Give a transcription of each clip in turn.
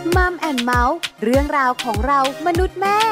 มัมแอนด์เมาส์เรื่องราวของเรามนุษย์แม่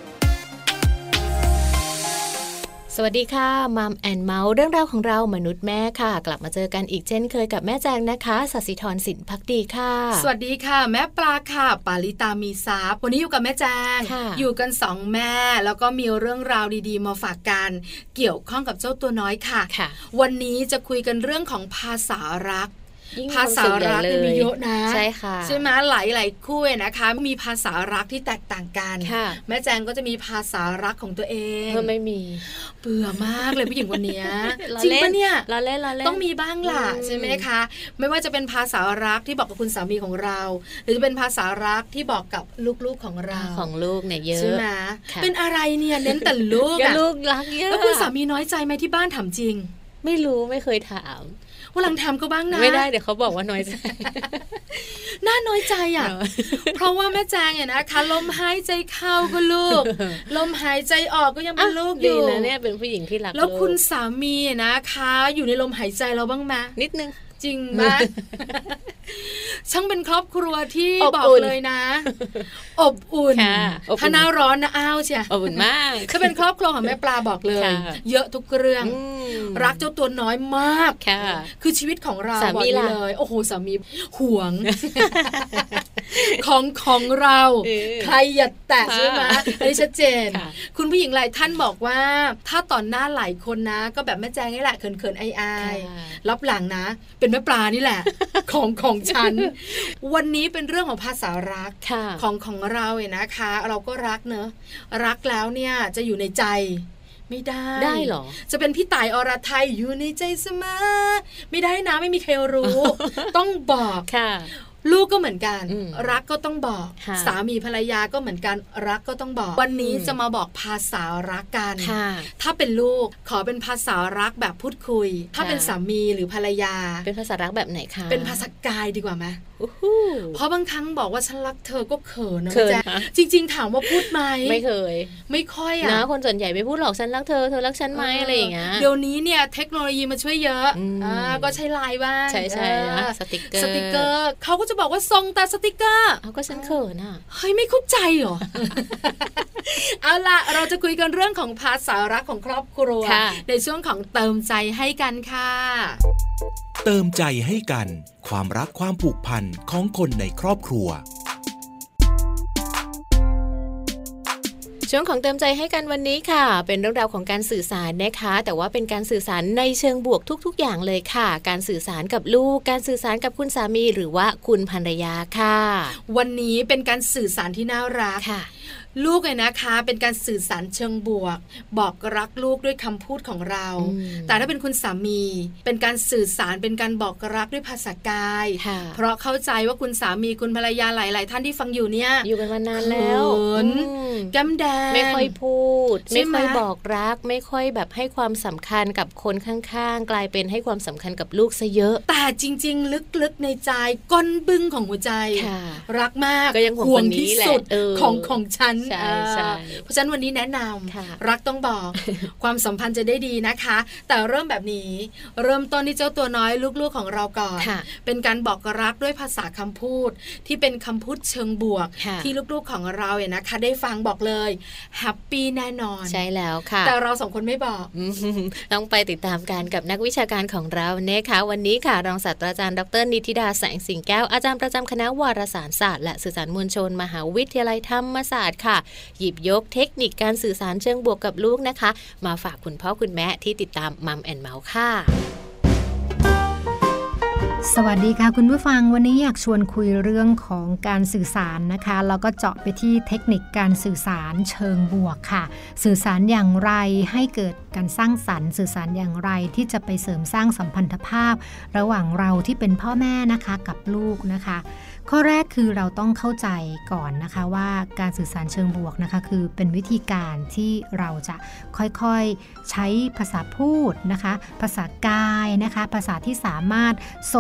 สวัสดีค่ะมัมแอนด์เมาส์เรื่องราวของเรามนุษย์แม่ค่ะกลับมาเจอกันอีกเช่นเคยกับแม่แจงนะคะศศิธรสินภักดีค่ะสวัสดีค่ะแม่ปลาค่ะปาริตามีซัพย์วันนี้อยู่กับแม่แจงอยู่กัน2แม่แล้วก็มีเรื่องราวดีๆมาฝากกันเกี่ยวข้องกับเจ้าตัวน้อยค่ะวันนี้จะคุยกันเรื่องของภาษารักภาษารักมีเยอะนะใช่ค่ะใช่ไหมหลายๆคู่นะคะมีภาษารักที่แตกต่างกันแม่แจงก็จะมีภาษารักของตัวเองไม่มีเบื่อมากเลยผู้หญิงคนนี้จริงปะเนี่ยเราเล่นต้องมีบ้างล่ะใช่ไหมคะไม่ว่าจะเป็นภาษารักที่บอกกับคุณสามีของเราหรือจะเป็นภาษารักที่บอกกับลูกๆของเราของลูกเนี่ยเยอะใช่ไหมเป็นอะไรเนี่ยเน้นแต่ลูกลูกรักเยอะแล้วคุณสามีน้อยใจไหมที่บ้านถามจริงไม่รู้ไม่เคยถามวันหลังทำก็บ้างนะไม่ได้เดี๋ยวเขาบอกว่าน้อยใจน่าน้อยใจอ่ะ เพราะว่าแม่แจงเนี่ยนะคะลมหายใจเข้าก็ลูกลมหายใจออกก็ยังเป็นลูกอยู่ดีนะเนี่ยเป็นผู้หญิงที่รักแล้วคุณสามีนะคะอยู่ในลมหายใจเราบ้างไหมนิดนึงจริงไหมช่างเป็นครอบครัวที่บอกเลยนะอบอุ่นถ้าหน้าร้อนนะอ้าวเชียอบอุ่นมากถ้าเป็นครอบครัวของแม่ปลาบอกเลยเยอะทุกเรื่องรักเจ้าตัวน้อยมากคือชีวิตของเราบอกเลยโอ้โหสามีห่วงของเราใครอย่าแตะใช่ไหมอันนี้ชัดเจนคุณผู้หญิงหลายท่านบอกว่าถ้าต่อหน้าหลายคนนะก็แบบแม่แจงนี่แหละเขินๆอายๆรับหลังนะเป็นแม่ปลานี่แหละของฉันวันนี้เป็นเรื่องของภาษารักของเราเนี่ยนะคะเราก็รักเนอะรักแล้วเนี่ยจะอยู่ในใจไม่ได้หรอจะเป็นพี่ต่ายอรไทยอยู่ในใจเสมอไม่ได้นะไม่มีใครรู้ต้องบอกลูกก็เหมือนกันรักก็ต้องบอกสามีภรรยาก็เหมือนกันรักก็ต้องบอกวันนี้จะมาบอกภาษารักกันถ้าเป็นลูกขอเป็นภาษารักแบบพูดคุยถ้าเป็นสามีหรือภรรยาเป็นภาษารักแบบไหนคะเป็นภาษากายดีกว่าไหมเพราะบางครั้งบอกว่าฉันรักเธอก็เขินนะจ๊ะจริงๆถามว่าพูดไหมไม่เคยไม่ค่อยอะนะคนส่วนใหญ่ไม่พูดหรอกฉันรักเธอเธอรักฉันไหมอะไรอย่างเงี้ยเดี๋ยวนี้เนี่ยเทคโนโลยีมาช่วยเยอะก็ใช้ไลน์บ้างใช่สติ๊กเกอร์เขาก็จะบอกว่าส่งแต่สติ๊กเกอร์เอาก็ฉันเขินอ่ะเฮ้ยไม่เข้าใจเหรอ เอาล่ะเราจะคุยกันเรื่องของภาษารักของครอบครัวในช่วงของเติมใจให้กันค่ะเติมใจให้กันความรักความผูกพันของคนในครอบครัวช่วงของเติมใจให้กันวันนี้ค่ะเป็นเรื่องราวของการสื่อสารนะคะแต่ว่าเป็นการสื่อสารในเชิงบวกทุกๆอย่างเลยค่ะการสื่อสารกับลูกการสื่อสารกับคุณสามีหรือว่าคุณภรรยาค่ะวันนี้เป็นการสื่อสารที่น่ารักค่ะลูกเลยนะคะเป็นการสื่อสารเชิงบวกบอกรักลูกด้วยคำพูดของเราแต่ถ้าเป็นคุณสามีเป็นการสื่อสารเป็นการบอกรักด้วยภาษากายเพราะเข้าใจว่าคุณสามีคุณภรรยาหลายๆท่านที่ฟังอยู่เนี่ยอยู่กันมานานแล้วแก้มแดงไม่ค่อยพูดไม่ค่อยบอกรักไม่ค่อยแบบให้ความสำคัญกับคนข้างๆกลายเป็นให้ความสำคัญกับลูกซะเยอะแต่จริงๆลึกๆในใจก้นบึ้งของหัวใจรักมากก็ยังห่วงที่สุดของฉันเพราะฉะนั้นวันนี้แนะนำรักต้องบอก ความสัมพันธ์จะได้ดีนะคะแต่เริ่มแบบนี้เริ่มต้นที่เจ้าตัวน้อยลูกๆของเราก่อนเป็นการบอกรักด้วยภาษาคำพูดที่เป็นคำพูดเชิงบวกที่ลูกๆของเราเนี่ยนะคะได้ฟังบอกเลยแฮปปี้แน่นอนใช่แล้วค่ะแต่เราสองคนไม่บอกต้องไปติดตามกันกับนักวิชาการของเรานะคะวันนี้ค่ะรองศาสตราจารย์ดร.นิติดาแสงสิงแก้วอาจารย์ประจำคณะวารสารศาสตร์และสื่อสารมวลชนมหาวิทยาลัยธรรมศาสตร์ค่ะหยิบยกเทคนิคการสื่อสารเชิงบวกกับลูกนะคะมาฝากคุณพ่อคุณแม่ที่ติดตามมัมแอนด์เมาส์ค่ะสวัสดีค่ะคุณผู้ฟังวันนี้อยากชวนคุยเรื่องของการสื่อสารนะคะแล้วก็เจาะไปที่เทคนิคการสื่อสารเชิงบวกค่ะสื่อสารอย่างไรให้เกิดการสร้างสรรค์สื่อสารอย่างไรที่จะไปเสริมสร้างสัมพันธภาพระหว่างเราที่เป็นพ่อแม่นะคะกับลูกนะคะข้อแรกคือเราต้องเข้าใจก่อนนะคะว่าการสื่อสารเชิงบวกนะคะคือเป็นวิธีการที่เราจะค่อยๆใช้ภาษาพูดนะคะภาษากายนะคะภาษาที่สามารถส่ง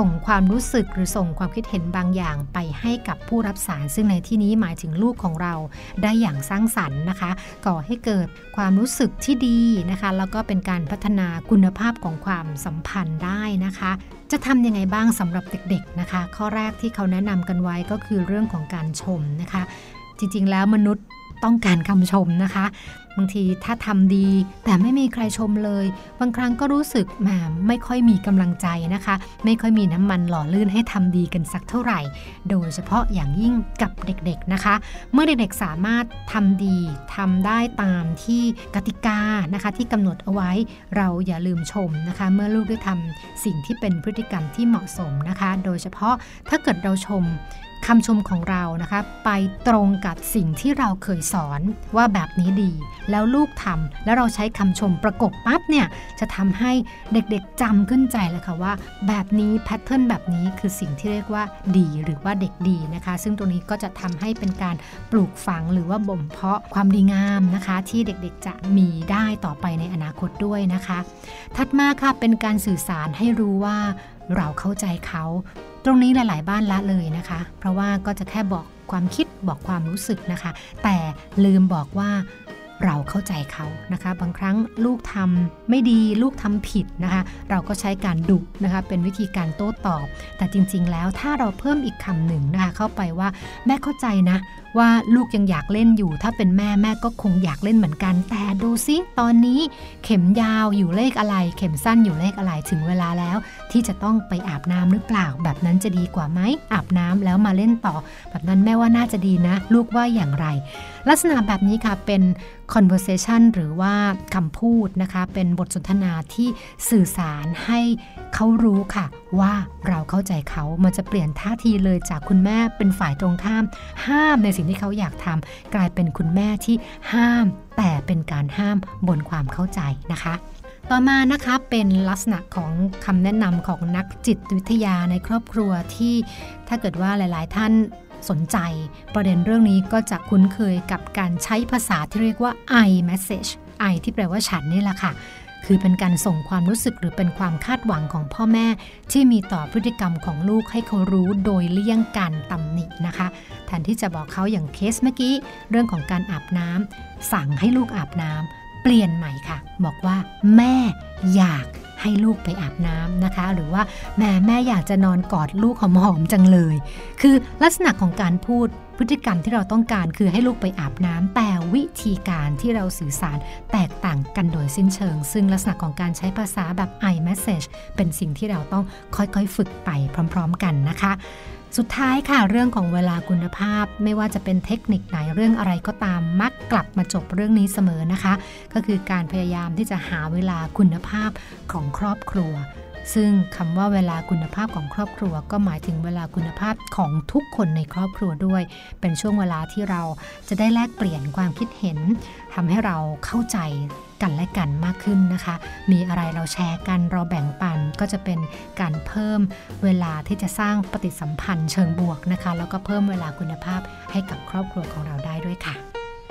ความรู้สึกหรือส่งความคิดเห็นบางอย่างไปให้กับผู้รับสารซึ่งในที่นี้หมายถึงลูกของเราได้อย่างสร้างสรรค์นะคะก่อให้เกิดความรู้สึกที่ดีนะคะแล้วก็เป็นการพัฒนาคุณภาพของความสัมพันธ์ได้นะคะจะทำยังไงบ้างสำหรับเด็กๆนะคะข้อแรกที่เขาแนะนำกันไว้ก็คือเรื่องของการชมนะคะจริงๆแล้วมนุษย์ต้องการคำชมนะคะบางทีถ้าทำดีแต่ไม่มีใครชมเลยบางครั้งก็รู้สึกแหมไม่ค่อยมีกำลังใจนะคะไม่ค่อยมีน้ำมันหล่อลื่นให้ทำดีกันสักเท่าไหร่โดยเฉพาะอย่างยิ่งกับเด็กๆนะคะเมื่อเด็กๆสามารถทำดีทำได้ตามที่กติกานะคะที่กำหนดเอาไว้เราอย่าลืมชมนะคะเมื่อลูกได้ทำสิ่งที่เป็นพฤติกรรมที่เหมาะสมนะคะโดยเฉพาะถ้าเกิดเราชมคำชมของเรานะคะไปตรงกับสิ่งที่เราเคยสอนว่าแบบนี้ดีแล้วลูกทำแล้วเราใช้คำชมประกบปั๊บเนี่ยจะทำให้เด็กๆจำขึ้นใจเลยค่ะว่าแบบนี้แพทเทิร์นแบบนี้คือสิ่งที่เรียกว่าดีหรือว่าเด็กดีนะคะซึ่งตรงนี้ก็จะทำให้เป็นการปลูกฝังหรือว่าบ่มเพาะความดีงามนะคะที่เด็กๆจะมีได้ต่อไปในอนาคตด้วยนะคะถัดมาค่ะเป็นการสื่อสารให้รู้ว่าเราเข้าใจเขาตรงนี้หลายๆบ้านละเลยนะคะเพราะว่าก็จะแค่บอกความคิดบอกความรู้สึกนะคะแต่ลืมบอกว่าเราเข้าใจเขานะคะบางครั้งลูกทำไม่ดีลูกทำผิดนะคะเราก็ใช้การดุนะคะเป็นวิธีการโต้ตอบแต่จริงๆแล้วถ้าเราเพิ่มอีกคำหนึ่งนะคะเข้าไปว่าแม่เข้าใจนะว่าลูกยังอยากเล่นอยู่ถ้าเป็นแม่ก็คงอยากเล่นเหมือนกันแต่ดูซิตอนนี้เข็มยาวอยู่เลขอะไรเข็มสั้นอยู่เลขอะไรถึงเวลาแล้วที่จะต้องไปอาบน้ำหรือเปล่าแบบนั้นจะดีกว่าไหมอาบน้ำแล้วมาเล่นต่อแบบนั้นแม่ว่าน่าจะดีนะลูกว่าอย่างไรลักษณะแบบนี้ค่ะเป็น conversation หรือว่าคำพูดนะคะเป็นบทสนทนาที่สื่อสารให้เขารู้ค่ะว่าเราเข้าใจเขามันจะเปลี่ยนท่าทีเลยจากคุณแม่เป็นฝ่ายตรงข้ามห้ามในสิ่งที่เขาอยากทำกลายเป็นคุณแม่ที่ห้ามแต่เป็นการห้ามบนความเข้าใจนะคะต่อมานะคะเป็นลักษณะของคำแนะนำของนักจิตวิทยาในครอบครัวที่ถ้าเกิดว่าหลายๆท่านสนใจประเด็นเรื่องนี้ก็จะคุ้นเคยกับการใช้ภาษาที่เรียกว่า I message I ที่แปลว่าฉันนี่แหละค่ะคือเป็นการส่งความรู้สึกหรือเป็นความคาดหวังของพ่อแม่ที่มีต่อพฤติกรรมของลูกให้เขารู้โดยเลี่ยงการตำหนินะคะแทนที่จะบอกเขาอย่างเคสเมื่อกี้เรื่องของการอาบน้ำสั่งให้ลูกอาบน้ำเปลี่ยนใหม่ค่ะบอกว่าแม่อยากให้ลูกไปอาบน้ำนะคะหรือว่าแม่อยากจะนอนกอดลูกหอมๆจังเลยคือลักษณะของการพูดพฤติกรรมที่เราต้องการคือให้ลูกไปอาบน้ำแต่วิธีการที่เราสื่อสารแตกต่างกันโดยสิ้นเชิงซึ่งลักษณะของการใช้ภาษาแบบ I message เป็นสิ่งที่เราต้องค่อยๆฝึกไปพร้อมๆกันนะคะสุดท้ายค่ะเรื่องของเวลาคุณภาพไม่ว่าจะเป็นเทคนิคไหนเรื่องอะไรก็ตามมักกลับมาจบเรื่องนี้เสมอนะคะก็คือการพยายามที่จะหาเวลาคุณภาพของครอบครัวซึ่งคำว่าเวลาคุณภาพของครอบครัวก็หมายถึงเวลาคุณภาพของทุกคนในครอบครัวด้วยเป็นช่วงเวลาที่เราจะได้แลกเปลี่ยนความคิดเห็นทำให้เราเข้าใจกันและกันมากขึ้นนะคะมีอะไรเราแชร์กันเราแบ่งปันก็จะเป็นการเพิ่มเวลาที่จะสร้างปฏิสัมพันธ์เชิงบวกนะคะแล้วก็เพิ่มเวลาคุณภาพให้กับครอบครัวของเราได้ด้วยค่ะ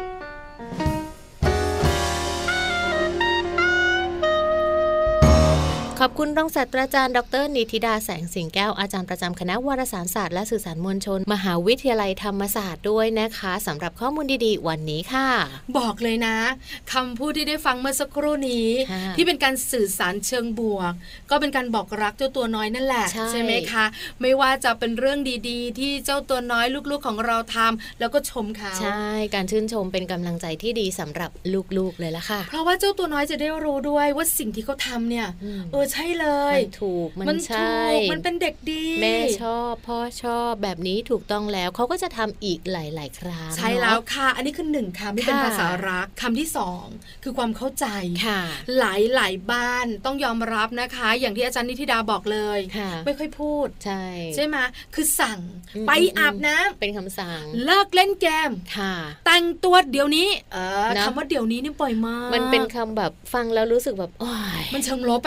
ขอบคุณรองศาสตราจารย์ดร.นิติดาแสงสิงแก้วอาจารย์ประจำคณะวารสารศาสตร์และสื่อสารมวลชนมหาวิทยาลัยธรรมศาสตร์ด้วยนะคะสำหรับข้อมูลดีๆวันนี้ค่ะบอกเลยนะคำพูดที่ได้ฟังเมื่อสักครู่นี้ที่เป็นการสื่อสารเชิงบวกก็เป็นการบอกรักเจ้าตัวน้อยนั่นแหละใช่ไหมคะไม่ว่าจะเป็นเรื่องดีๆที่เจ้าตัวน้อยลูกๆของเราทำแล้วก็ชมเขาใช่การชื่นชมเป็นกำลังใจที่ดีสำหรับลูกๆเลยละค่ะเพราะว่าเจ้าตัวน้อยจะได้รู้ด้วยว่าสิ่งที่เขาทำเนี่ยใช่เลยมันถูกมันใช่มันเป็นเด็กดีแม่ชอบพ่อชอบแบบนี้ถูกต้องแล้วเขาก็จะทำอีกหลายๆครั้งใช่แล้วค่ะอันนี้คือ1คำที่เป็นภาษารักคำที่2คือความเข้าใจหลายบ้านต้องยอมรับนะคะอย่างที่อาจารย์นิติดาบอกเลยไม่ค่อยพูดใช่ไหมคือสั่งไปอาบน้ำเป็นคำสั่งเลิกเล่นเกมแต่งตัวเดี๋ยวนี้คำว่าเดี๋ยวนี้นี่ปล่อยมากมันเป็นคำแบบฟังแล้วรู้สึกแบบโอ๊ยมันเชิงลบอะแต่แบบ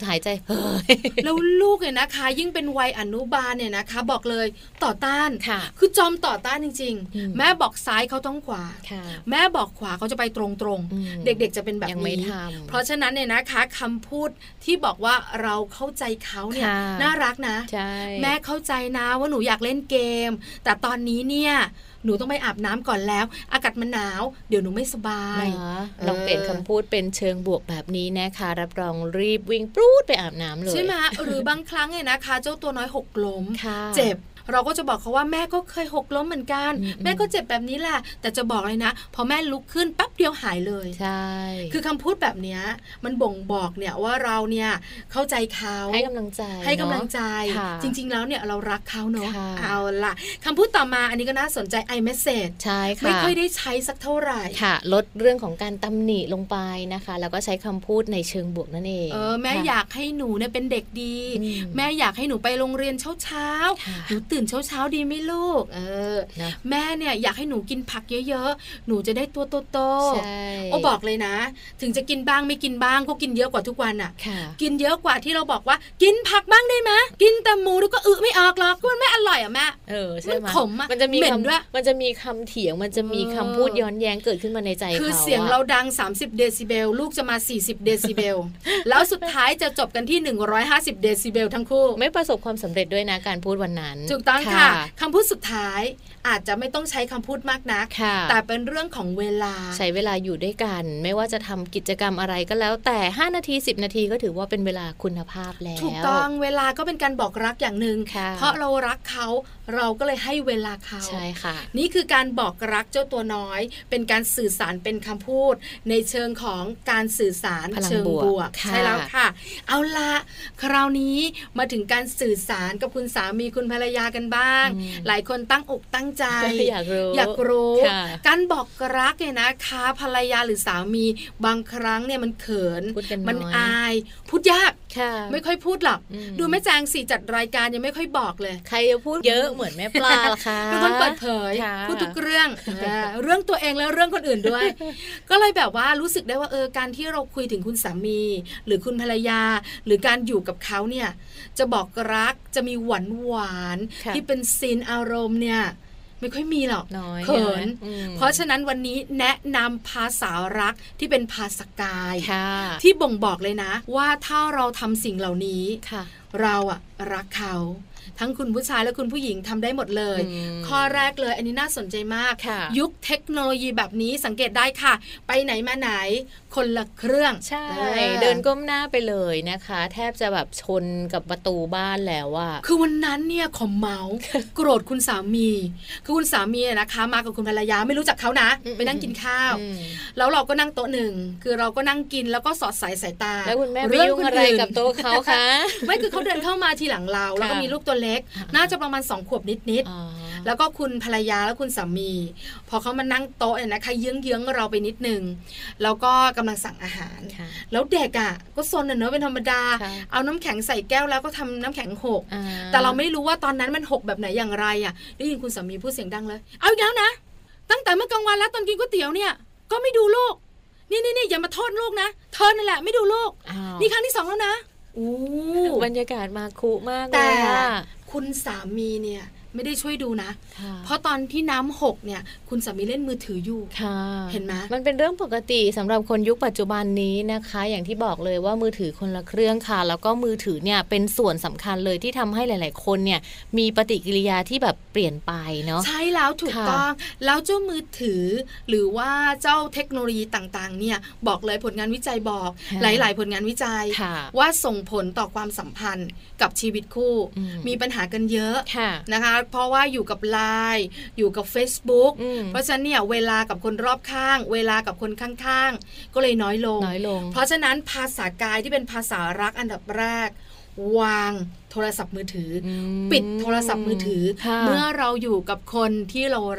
หายใจเฮ้ยแล้วลูกเนี่ยนะคะยิ่งเป็นวัยอนุบาลเนี่ยนะคะบอกเลยต่อต้านคือจอมต่อต้านจริงๆแม่บอกซ้ายเขาต้องขวาแม่บอกขวาเขาจะไปตรงๆเด็กๆจะเป็นแบบนี้เพราะฉะนั้นเนี่ยนะคะคำพูดที่บอกว่าเราเข้าใจเขาเนี่ยน่ารักนะแม่เข้าใจนะว่าหนูอยากเล่นเกมแต่ตอนนี้เนี่ยหนูต้องไปอาบน้ำก่อนแล้วอากาศมันหนาวเดี๋ยวหนูไม่สบายลองเปลี่ยนคำพูดเป็นเชิงบวกแบบนี้นะคะรับรองรีบวิ่งปรู๊ดไปอาบน้ำเลยใช่ไหมหรือบางครั้งเนี่ยนะคะเจ้าตัวน้อยหกล้มเจ็บเราก็จะบอกเขาว่าแม่ก็เคยหกล้มเหมือนกันแม่ก็เจ็บแบบนี้แหละแต่จะบอกเลยนะพอแม่ลุกขึ้นปั๊บเดียวหายเลยใช่คือคำพูดแบบนี้มันบ่งบอกเนี่ยว่าเราเนี่ยเข้าใจเขาให้กำลังใจจริงๆแล้วเนี่ยเรารักเขาเนาะเอาล่ะคำพูดต่อมาอันนี้ก็น่าสนใจ iMessage ใช่ค่ะไม่ค่อยได้ใช้สักเท่าไหร่ค่ะลดเรื่องของการตำหนิลงไปนะคะแล้วก็ใช้คำพูดในเชิงบวกนั่นเองแม่อยากให้หนูเนี่ยเป็นเด็กดีแม่อยากให้หนูไปโรงเรียนเช้าหนูตื่นเช้าดีไหมลูกแม่เนี่ยอยากให้หนูกินผักเยอะๆหนูจะได้ตัวโตๆโอ้บอกเลยนะถึงจะกินบ้างไม่กินบ้างก็กินเยอะกว่าทุกวันอ่ะกินเยอะกว่าที่เราบอกว่ากินผักบ้างได้ไหมกินแต่หมูแล้วก็ไม่ออกหรอกมันไม่อร่อยอ่ะแม่ใช่ไหมขมอ่ะมันจะมีคำเถียงมันจะมีคำพูดย้อนแย้งเกิดขึ้นมาในใจเขาคือเสียงเราดัง30เดซิเบลลูกจะมา40เดซิเบลแล้วสุดท้ายจะจบกันที่150เดซิเบลทั้งคู่ไม่ประสบความสำเร็จด้วยนะการพูดวันนั้นถูกต้องค่ะคำพูดสุดท้ายอาจจะไม่ต้องใช้คำพูดมากนักแต่เป็นเรื่องของเวลาใช้เวลาอยู่ด้วยกันไม่ว่าจะทำกิจกรรมอะไรก็แล้วแต่5นาที10นาทีก็ถือว่าเป็นเวลาคุณภาพแล้วถูกต้องเวลาก็เป็นการบอกรักอย่างนึงเพราะเรารักเขาเราก็เลยให้เวลาเขาใช่ค่ะนี่คือการบอกรักเจ้าตัวน้อยเป็นการสื่อสารเป็นคำพูดในเชิงของการสื่อสารเชิงบวกใช่แล้วค่ะเอาละคราวนี้มาถึงการสื่อสารกับคุณสามีคุณภรรยากันบ้างหลายคนตั้งอกตั้งใจอยากรู้การบอกรักเนี่ยนะคะภรรยาหรือสามีบางครั้งเนี่ยมันเขินมันอายพูดยากไม่ค่อยพูดหรอกดูแม่แจงสิจัดรายการยังไม่ค่อยบอกเลยใครจะพูดเยอะเหมือนแม่ปลาล่ะคะเป็นคนเปิดเผยพูดทุกเรื่องตัวเองแล้วเรื่องคนอื่นด้วย ก็เลยแบบว่ารู้สึกได้ว่าการที่เราคุยถึงคุณสามีหรือคุณภรรยาหรือการอยู่กับเขาเนี่ยจะบอกรักจะมีหวานที่เป็นซีนอารมณ์เนี่ยไม่ค่อยมีหรอกเขินเพราะฉะนั้นวันนี้แนะนำภาษารักที่เป็นภาษากายที่บ่งบอกเลยนะว่าถ้าเราทำสิ่งเหล่านี้เราอะรักเขาทั้งคุณผู้ชายและคุณผู้หญิงทำได้หมดเลยข้อแรกเลยอันนี้น่าสนใจมากยุคเทคโนโลยีแบบนี้สังเกตได้ค่ะไปไหนมาไหนคนละเครื่องใช่เดินก้มหน้าไปเลยนะคะแทบจะแบบชนกับประตูบ้านแล้วอะคือวันนั้นเนี่ยขอเมาโกรธคุณสามีคือคุณสามีนะคะมากับคุณภรรยาไม่รู้จักเขานะไปนั่งกินข้าวแล้วเราก็นั่งโต๊ะหนึ่งคือเราก็นั่งกินแล้วก็สอดสายตาแล้วคุณแม่ไปยุ่งอะไรกับโต๊ะเขาคะไม่คือเขาเดินเข้ามาทีหลังเราแล้วก็มีลูกตัวเล็กน่าจะประมาณ2 ขวบนิดๆแล้วก็คุณภรรยาและคุณสามีพอเขามานั่งโต๊ะเนี่ยนะคะเยื้องๆเราไปนิดนึงแล้วก็กำลังสั่งอาหารแล้วเด็กอ่ะก็ซนเนอะเป็นธรรมดาเอาน้ำแข็งใส่แก้วแล้วก็ทำน้ำแข็งหกแต่เราไม่รู้ว่าตอนนั้นมันหกแบบไหนอย่างไรอ่ะได้ยินคุณสามีพูดเสียงดังเลยเอาอีกแล้วนะตั้งแต่เมื่อกลางวันแล้วตอนกินก๋วยเตี๋ยวเนี่ยก็ไม่ดูลูกนี่อย่ามาโทษลูกนะเธอนั่นแหละไม่ดูลูกนี่ครั้งที่2แล้วนะบรรยากาศมาคุมากเลยแต่คุณสามีเนี่ยไม่ได้ช่วยดูนะเพราะตอนที่น้ำหกเนี่ยคุณสามีเล่นมือถืออยู่เห็นไหมมันเป็นเรื่องปกติสำหรับคนยุคปัจจุบันนี้นะคะอย่างที่บอกเลยว่ามือถือคนละเครื่องค่ะแล้วก็มือถือเนี่ยเป็นส่วนสำคัญเลยที่ทำให้หลายๆคนเนี่ยมีปฏิกิริยาที่แบบเปลี่ยนไปเนาะใช่แล้วถูกต้องแล้วเจ้ามือถือหรือว่าเจ้าเทคโนโลยีต่างๆเนี่ยบอกเลยผลงานวิจัยบอกหลายๆผลงานวิจัยว่าส่งผลต่อความสัมพันธ์กับชีวิตคู่มีปัญหากันเยอะนะคะเพราะว่าอยู่กับ LINE อยู่กับ Facebook เพราะฉะนั้นเนี่ยเวลากับคนรอบข้างเวลากับคนข้างๆก็เลยน้อยลงเพราะฉะนั้นภาษากายที่เป็นภาษารักอันดับแรกวางโทรศัพท์มือถือปิดโทรศัพท์มือถือเมื่อเราอยู่กับคนที่เรารัก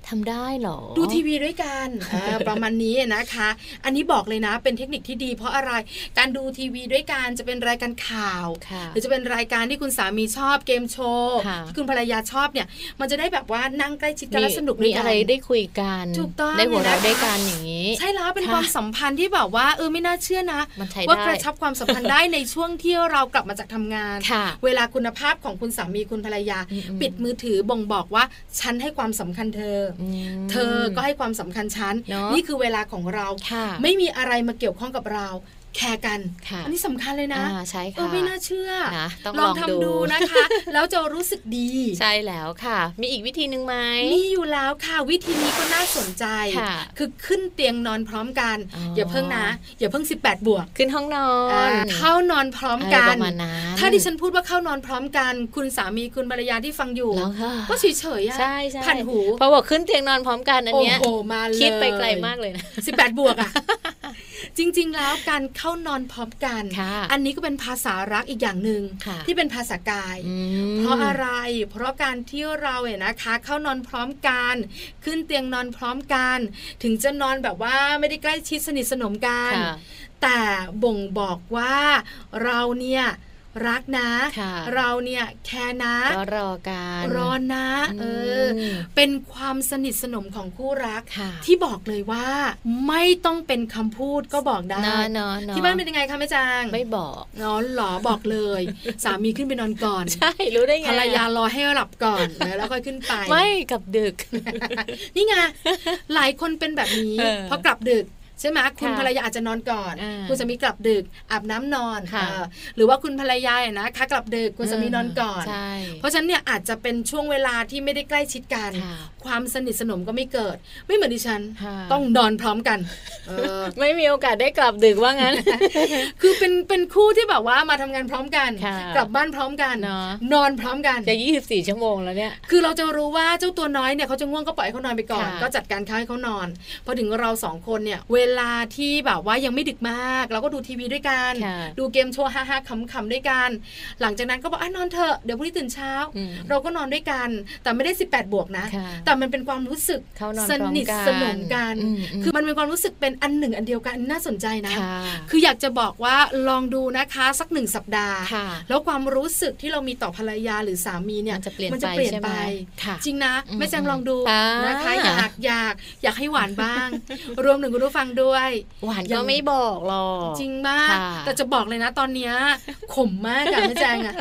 ทำได้หรอดูทีวีด้วยกัน ประมาณนี้นะคะอันนี้บอกเลยนะเป็นเทคนิคที่ดีเพราะอะไรการดูทีวีด้วยกันจะเป็นรายการข่าวหรือจะเป็นรายการที่คุณสามีชอบเกมโชว์ที่คุณภรรยาชอบเนี่ยมันจะได้แบบว่านั่งใกล้ชิดกันและสนุกด้วยกันมีอะไรได้คุยกันได้หัวเราะได้กันอย่างนี้ใช่แล้วเป็นความสัมพันธ์ที่แบบว่าไม่น่าเชื่อนะว่ากระชับความสัมพันธ์ได้ในช่วงที่เรากลับมาจากทำงานเวลาคุณภาพของคุณสามีคุณภรรยาปิดมือถือบ่งบอกว่าฉันให้ความสำคัญเธอก็ให้ความสำคัญฉันนี่คือเวลาของเราไม่มีอะไรมาเกี่ยวข้องกับเราแคร์กันอันนี้สำคัญเลยนะใช่ค่ะไม่น่าเชื่อนะลองทำดูนะคะแล้วจะรู้สึกดีใช่แล้วค่ะมีอีกวิธีนึงไหมมีอยู่แล้วค่ะวิธีนี้ก็น่าสนใจคือขึ้นเตียงนอนพร้อมกันอย่าเพิ่งนะอย่าเพิ่ง18 บวกขึ้นห้องนอนเข้านอนพร้อมกันถ้าดิฉันพูดว่าเข้านอนพร้อมกันคุณสามีคุณภรรยาที่ฟังอยู่ก็เฉยๆใช่ผ่านหูพอบอกขึ้นเตียงนอนพร้อมกันอันเนี้ยคิดไปไกลมากเลยนะ 18 บวกอ่ะจริงๆแล้วการเข้านอนพร้อมกันอันนี้ก็เป็นภาษารักอีกอย่างนึงที่เป็นภาษากายเพราะอะไรเพราะการที่เราเนี่ยนะคะเข้านอนพร้อมกันขึ้นเตียงนอนพร้อมกันถึงจะนอนแบบว่าไม่ได้ใกล้ชิดสนิทสนมกันแต่บ่งบอกว่าเราเนี่ยรักนะเราเนี่ยแคร์นะก็รอกันรอนะเป็นความสนิทสนมของคู่รักที่บอกเลยว่าไม่ต้องเป็นคำพูดก็บอกได้ที่บ้านเป็นยังไงคะแม่จางไม่บอกหรอบอกเลยสามีขึ้นไปนอนก่อนใช่รู้ได้ไงภรรยารอให้หลับก่อนแล้วค่อยขึ้นไปไม่กลับดึกนี่ไงหลายคนเป็นแบบนี้เพราะกลับดึกใช่ไหมคุณภรรยาอาจจะนอนก่อนคุณสามีกลับดึกอาบน้ำนอนหรือว่าคุณภรรยานะคะกลับดึกคุณสามีนอนก่อนเพราะฉะนั้นเนี่ยอาจจะเป็นช่วงเวลาที่ไม่ได้ใกล้ชิดกันความสนิทสนมก็ไม่เกิดไม่เหมือนดิฉันต้องนอนพร้อมกันไม่มีโอกาสได้กลับดึกว่างั้นคือเป็นคู่ที่แบบว่ามาทำงานพร้อมกันกลับบ้านพร้อมกันนอนพร้อมกันจะ24 ชั่วโมงแล้วเนี่ยคือเราจะรู้ว่าเจ้าตัวน้อยเนี่ยเขาจะง่วงก็ปล่อยเขานอนไปก่อนก็จัดการเขาให้เขานอนพอถึงเรา2 คนเนี่ยเวลาที่แบบว่ายังไม่ดึกมากเราก็ดูทีวีด้วยกันดูเกมโชว์ฮ่าๆขำๆด้วยกันหลังจากนั้นก็บอกนอนเถอะเดี๋ยวพรุ่งนี้ตื่นเช้าเราก็นอนด้วยกันแต่ไม่ได้18 บวกนะแต่มันเป็นความรู้สึกสนิทสนมกันคือมันเป็นความรู้สึกเป็นอันหนึ่งอันเดียวกันน่าสนใจนะคืออยากจะบอกว่าลองดูนะคะสัก1 สัปดาห์แล้วความรู้สึกที่เรามีต่อภรรยาหรือสามีเนี่ยมันจะเปลี่ยนไปจริงนะแม่แจงลองดูนะคะอยากให้หวานบ้างรวมถึงคุณผู้ฟังด้วยหวานก็ไม่บอกหรอกจริงมากแต่จะบอกเลยนะตอนนี้ขมมากอะแม่แจงอะ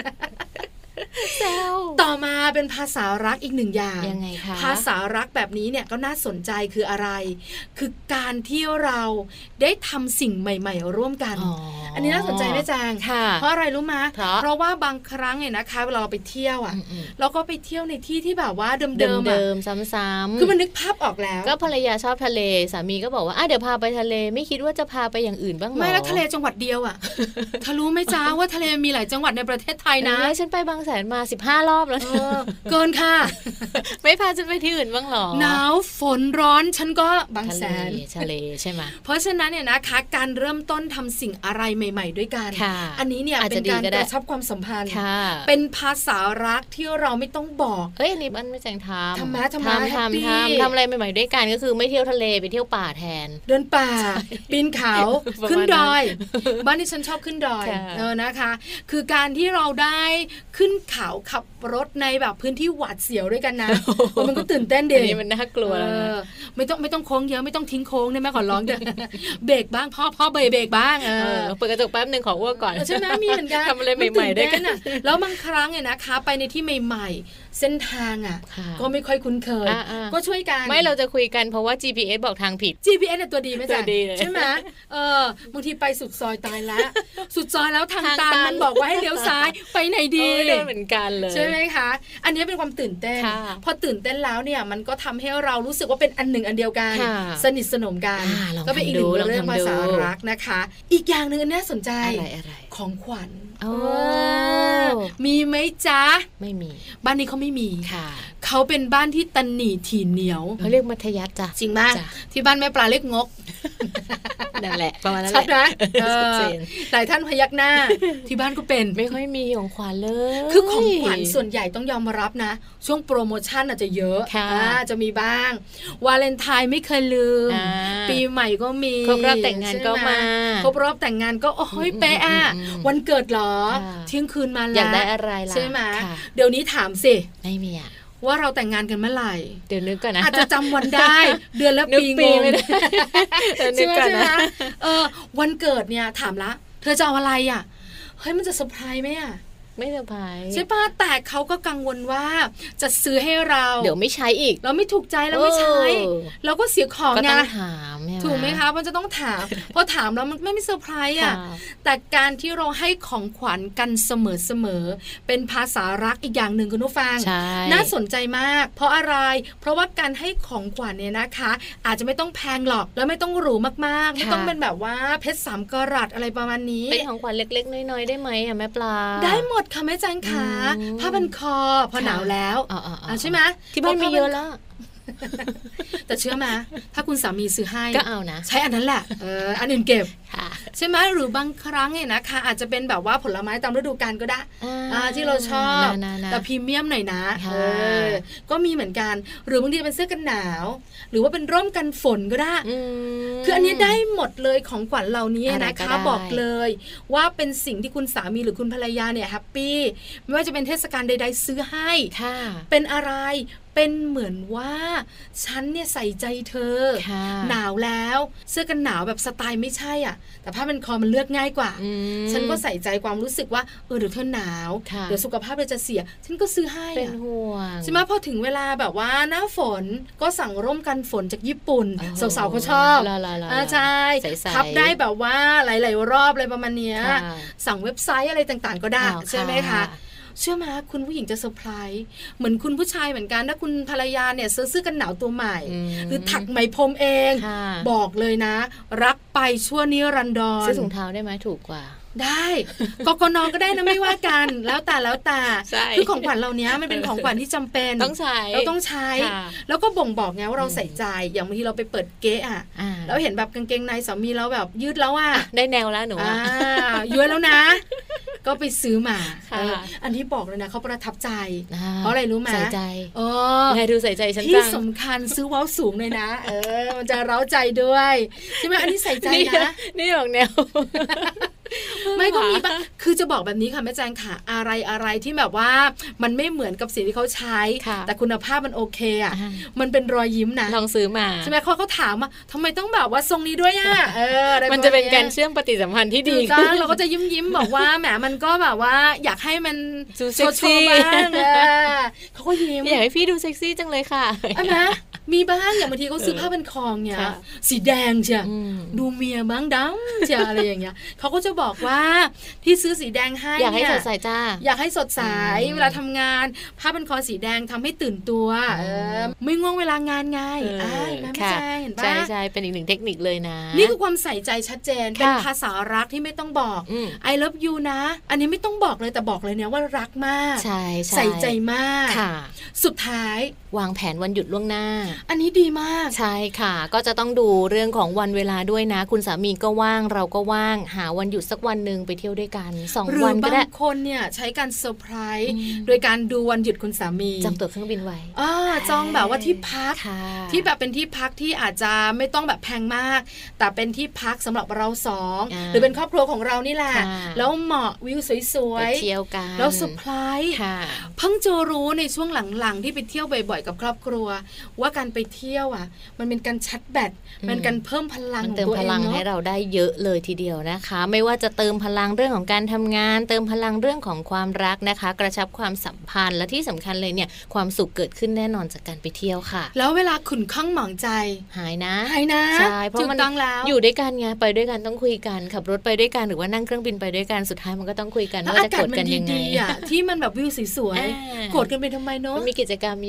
ต่อมาเป็นภาษารักอีก1 อย่างยังไงคะภาษารักแบบนี้เนี่ยก็น่าสนใจคืออะไรคือการที่เราได้ทำสิ่งใหม่ๆร่วมกัน อันนี้น่าสนใจไหมแจงเพราะอะไรรู้ไหมเพราะว่าบางครั้งเนี่ยนะคะเวลาเราไปเที่ยวเราก็ไปเที่ยวในที่ที่แบบว่าเดิมซ้ำๆคือมันนึกภาพออกแล้วก็ภรรยาชอบทะเลสามีก็บอกว่าเดี๋ยวพาไปทะเลไม่คิดว่าจะพาไปอย่างอื่นบ้างหรอไม่แล้วทะเลจังหวัดเดียวอ่ะทะลุไหมจ้าว่าทะเลมีหลายจังหวัดในประเทศไทยนะฉันไปบางแสนมา15 รอบแล้วเกินค่ะไม่พาจะไปที่อื่นบ้างหรอหนาวฝนร้อนฉันก็บางแสนทะเลใช่ไหมเพราะฉะนั้นเนี่ยนะคะการเริ่มต้นทำสิ่งอะไรใหม่ๆด้วยกันอันนี้เนี่ยเป็นการกระชับความสัมพันธ์เป็นภาษารักที่เราไม่ต้องบอกอันนี้มันไม่แจงทำอะไรใหม่ๆด้วยกันก็คือไม่เที่ยวทะเลไปเที่ยวป่าแทนเดินป่าปีนเขาขึ้นดอยบ้านที่ฉันชอบขึ้นดอยนะคะคือการที่เราได้ขึ้นเขาขับรถในแบบพื้นที่หวาดเสียวด้วยกันนะมันก็ตื่นเต้นเด็กอันนี้มันน่ากลัวแล้วนะไม่ต้องโค้งเยอะไม่ต้องทิ้งโค้งได้ไหมขอร้องเด้อเบรกบ้างพ่อเบรกบ้างเปิดกระจกแป๊บนึงขออ้วกก่อนใช่ไหมมีเหมือนกันทำอะไรใหม่ๆด้วยกันแล้วบางครั้งเนี่ยนะคะไปในที่ใหม่ๆเส้นทางก็ไม่ค่อยคุ้นเคยก็ช่วยกันไม่เราจะคุยกันเพราะว่า GPS บอกทางผิด GPS เนี่ยตัวดีไหมจ๊ะใช่ไหมบางทีไปสุดซอยตายแล้วสุดซอยแล้วทางตันมันบอกว่าให้เลี้ยวซ้ายไปไหนดีเหมือนกันเลยใช่ไหมคะอันนี้เป็นความตื่นเต้นพอตื่นเต้นแล้วเนี่ยมันก็ทำให้เรารู้สึกว่าเป็นอันหนึ่งอันเดียวกันสนิทสนมกันก็เป็นอีกหนึ่งเรื่องภาษารักนะคะอีกอย่างนึงอันนี้สนใจของขวัญมีไหมจ๊ะไม่มีบ้านนี้เขาไม่มีเขาเป็นบ้านที่ตันหนีถี่เหนียวเขาเรียกมัธยัสถ์จ้ะจริงมากที่บ้านแม่ปลาเรียกงกนั่นแหละประมาณนั้นแหชัละดนะชัดเจนหลายท่านพยักหน้า ที่บ้านก็เป็นไม่ค่อยมีของขวัญเลยคือของขวัญส่วนใหญ่ต้องยอมรับนะช่วงโปรโมชั่นอาจจะเยอะจะมีบ้างวาเลนไทน์ไม่เคยลืมปีใหม่ก็มีครบรอบแต่งงานก็มาครบรอบแต่งงานก็โอ้ยเป๊ะอ่ะวันเกิดหรอเที่ยงคืนมาแล้วอยากได้อะไรล่ะใช่ไหมเดี๋ยวนี้ถามสิไม่มีอ่ะว่าเราแต่งงานกันเมื่อไหร่เดี๋ยวนึกก่อนนะอาจจะจำวันได้เดือนและปีงงใช่ไหมวันเกิดเนี่ยถามละเธอจะเอาอะไรอ่ะเฮ้ยมันจะเซอร์ไพรส์ไหมอ่ะไม่เซอร์ไพรส์ใช่ป่ะแต่เขาก็กังวลว่าจะซื้อให้เราเดี๋ยวไม่ใช้อีกเราไม่ถูกใจแล้วไม่ใช้เราก็เสียของไงก็ต้องถามถูกไหมคะมันจะต้องถามพอถามแล้วมันไม่เซอร์ไพรส์อ่ะแต่การที่เราให้ของขวัญกันเสมอเป็นภาษารักอีกอย่างหนึ่งคุณผู้ฟังน่าสนใจมากเพราะอะไรเพราะว่าการให้ของขวัญเนี่ยนะคะอาจจะไม่ต้องแพงหรอกแล้วไม่ต้องหรูมากๆไม่ต้องเป็นแบบว่าเพชร3 กะรัตอะไรประมาณนี้เป็นของขวัญเล็กๆน้อยๆได้ไหมแม่ปลาได้หมดค่ะแม่จันขาผ้าพันคอพอหนาวแล้วใช่ไหมที่บ้านมีเยอะแล้วแต่เชื่อมาถ้าคุณสามีซื้อให้ก็เอานะใช้อันนั้นแหละอันอื่นเก็บใช่ไหมหรือบางครั้งเนี่ยนะคะอาจจะเป็นแบบว่าผลไม้ตามฤดูกาลก็ได้ที่เราชอบแต่พรีเมียมหน่อยนะก็มีเหมือนกันหรือบางทีเป็นเสื้อกันหนาวหรือว่าเป็นร่มกันฝนก็ได้คืออันนี้ได้หมดเลยของขวัญเหล่านี้นะคะบอกเลยว่าเป็นสิ่งที่คุณสามีหรือคุณภรรยาเนี่ยแฮปปี้ไม่ว่าจะเป็นเทศกาลใดๆซื้อให้เป็นอะไรเป็นเหมือนว่าฉันเนี่ยใส่ใจเธอหนาวแล้วเสื้อกันหนาวแบบสไตล์ไม่ใช่อ่ะแต่ผ้าเป็นคอมันเลือกง่ายกว่าฉันก็ใส่ใจความรู้สึกว่าเดี๋ยวเธอหนาวเดี๋ยวสุขภาพเราจะเสียฉันก็ซื้อให้เป็นห่วงใช่ไหมพอถึงเวลาแบบว่าหน้าฝนก็สั่งร่มกันฝนจากญี่ปุ่นสาวๆเขาชอบใช่พับได้แบบว่าหลายๆรอบอะไรประมาณนี้สั่งเว็บไซต์อะไรต่างๆก็ได้ใช่ไหมคะเชื่อไหมคุณผู้หญิงจะเซอร์ไพรส์เหมือนคุณผู้ชายเหมือนกันถ้าคุณภรรยาเนี่ยซื้อเสื้อกันหนาวตัวใหม่หรือถักไหมพรมเองบอกเลยนะรักไปชั่วนิรันดรซื้อถุงเท้าได้ไหมถูกกว่าได้กกน.ก็ได้นะไม่ว่ากันแล้วแต่คือของขวัญเราเนี้ยมันเป็นของขวัญที่จำเป็นต้องใช้เราต้องใช้แล้วก็บ่งบอกไงว่าเราใส่ใจอย่างบางทีเราไปเปิดเก๊ะแล้วเห็นแบบกางเกงในสามีเราแบบยืดแล้วได้แนวแล้วหนูย้วยแล้วนะก็ไปซื้อมาอันที่บอกเลยนะเขาประทับใจเพราะอะไรรู้ไหมใส่ใจไงดูใส่ใจฉันจังที่สำคัญซื้อว้าวสูงเลยนะมันจะเร้าใจด้วยใช่ไหมอันนี้ใส่ใจนะนี่บอกแนวไม่ก็มีป่ะคือจะบอกแบบนี้ค่ะแม่แจงค่ะอะไรที่แบบว่ามันไม่เหมือนกับสิ่งที่เขาใช้แต่คุณภาพมันโอเคอ่ะมันเป็นรอยยิ้มนะลองซื้อมาใช่ไหมเขาถามว่าทำไมต้องแบบว่าทรงนี้ด้วยอ่ะมันจะเป็นการเชื่อมปฏิสัมพันธ์ที่ดีเราก็จะยิ้มบอกว่าแหมมันก็แบบว่าอยากให้มันเซ็กซี่บ้างเขาก็ยิ้มอยากให้พี่ดูเซ็กซี่จังเลยค่ะนะมีบ้างอย่างบางทีเขาซื้อผ้าเป็นคอเนี่ยสีแดงเชียดูเมียบ้างดำเชียอะไรอย่างเงี้ยเขาก็จะบอกว่าที่ซื้อสีแดงให้อยากให้สดใสจ้าอยากให้สดใสเวลาทำงานผ้าเป็นคอสีแดงทำให้ตื่นตัวไม่ง่วงเวลางานไงแม่ไม่ใช่เห็นป่ะใช่เป็นอีกหนึ่งเทคนิคเลยนะนี่คือความใส่ใจชัดเจนเป็นภาษารักที่ไม่ต้องบอก I love you นะอันนี้ไม่ต้องบอกเลยแต่บอกเลยเนี่ยว่ารักมากใส่ใจมากสุดท้ายวางแผนวันหยุดล่วงหน้าอันนี้ดีมากใช่ค่ะก็จะต้องดูเรื่องของวันเวลาด้วยนะคุณสามีก็ว่างเราก็ว่างหาวันหยุดสักวันนึงไปเที่ยวด้วยกัน2 วันก็ได้บางคนเนี่ยใช้การเซอร์ไพรส์โดยการดูวันหยุดคุณสามีจองตั๋วเครื่องบินไว้จองแบบว่าที่พักที่แบบเป็นที่พักที่อาจจะไม่ต้องแบบแพงมากแต่เป็นที่พักสำหรับเรา2หรือเป็นครอบครัวของเรานี่แหละแล้วเหมาะวิวสวยๆเที่ยวกันแล้วเซอร์ไพรส์เพิ่งจะรู้ในช่วงหลังๆที่ไปเที่ยวบ่อยๆกับครอบครัวว่าการไปเที่ยวมันเป็นการชัดแบตมันการเพิ่มพลังของตัวเองเติมพลังให้เราได้เยอะเลยทีเดียวนะคะไม่ว่าจะเติมพลังเรื่องของการทำงานเติมพลังเรื่องของความรักนะคะกระชับความสัมพันธ์และที่สำคัญเลยเนี่ยความสุขเกิดขึ้นแน่นอนจากการไปเที่ยวค่ะแล้วเวลาขุ่นข้องหมองใจหายนะใช่เพราะมันอยู่ด้วยกันไงไปด้วยกันต้องคุยกันขับรถไปด้วยกันหรือว่านั่งเครื่องบินไปด้วยกันสุดท้ายมันก็ต้องคุยกันว่าจะโกรธกันยังไงที่มันแบบวิวสวยๆโกรธกันไปทำไมเนาะมีกิจกรรมเยอะไง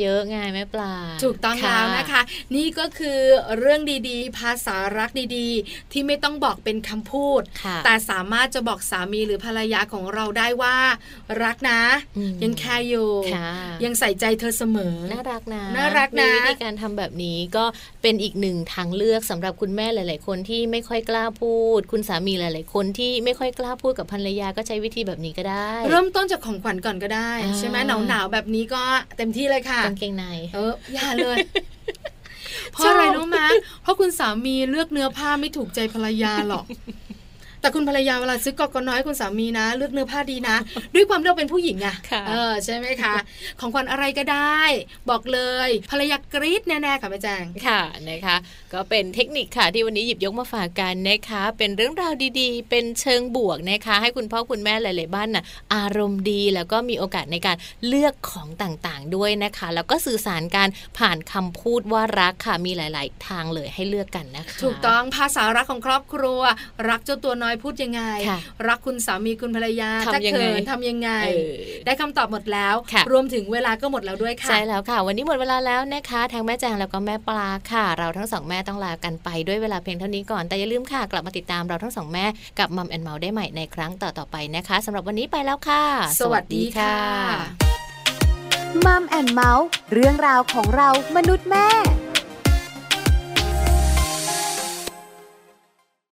แม่ปลาถูกต้องแล้วนะคะนี่ก็คือเรื่องดีๆภาษารักดีๆที่ไม่ต้องบอกเป็นคำพูดแต่สามารถจะบอกสามีหรือภรรยาของเราได้ว่ารักนะยังแคร์อยู่ยังใส่ใจเธอเสมอน่ารักนะน่ารักนะวิธีการทำแบบนี้ก็เป็นอีกหนึ่งทางเลือกสำหรับคุณแม่หลายๆคนที่ไม่ค่อยกล้าพูดคุณสามีหลายๆคนที่ไม่ค่อยกล้าพูดกับภรรยาก็ใช้วิธีแบบนี้ก็ได้เริ่มต้นจากของขวัญก่อนก็ได้ใช่ไหมหนาวๆแบบนี้ก็เต็มที่เลยค่ะกางเกงในอย่าเลยเพราะอะไรรู้ไหมเพราะคุณสามีเลือกเนื้อผ้าไม่ถูกใจภรรยาหรอกแต่คุณภรรยาเวลาซื้อกกน้อยคุณสามีนะเลือกเนื้อผ้าดีนะด้วยความที่เราเป็นผู้หญิงอะใช่ไหมคะของขวัญอะไรก็ได้บอกเลยภรรยากรี๊ดแน่ๆค่ะแม่แจงค่ะนะคะก็เป็นเทคนิคค่ะที่วันนี้หยิบยกมาฝากกันนะคะเป็นเรื่องราวดีๆเป็นเชิงบวกนะคะให้คุณพ่อคุณแม่หลายๆบ้านน่ะอารมณ์ดีแล้วก็มีโอกาสในการเลือกของต่างๆด้วยนะคะแล้วก็สื่อสารการผ่านคำพูดว่ารักค่ะมีหลายๆทางเลยให้เลือกกันนะคะถูกต้องภาษารักของครอบครัวรักเจ้าตัวน้อยพูดยังไงรักคุณสามีคุณภรรยาถ้าเขินทำยังไงได้คำตอบหมดแล้วรวมถึงเวลาก็หมดแล้วด้วยค่ะใช่แล้วค่ะวันนี้หมดเวลาแล้วนะคะทั้งแม่แจงแล้วก็แม่ปลาค่ะเราทั้งสองแม่ต้องลากันไปด้วยเวลาเพียงเท่านี้ก่อนแต่อย่าลืมค่ะกลับมาติดตามเราทั้งสองแม่กับมัมแอนด์เมาส์ได้ใหม่ในครั้งต่อๆไปนะคะสำหรับวันนี้ไปแล้วค่ะสวัสดีค่ะมัมแอนด์เมาส์เรื่องราวของเรามนุษย์แม่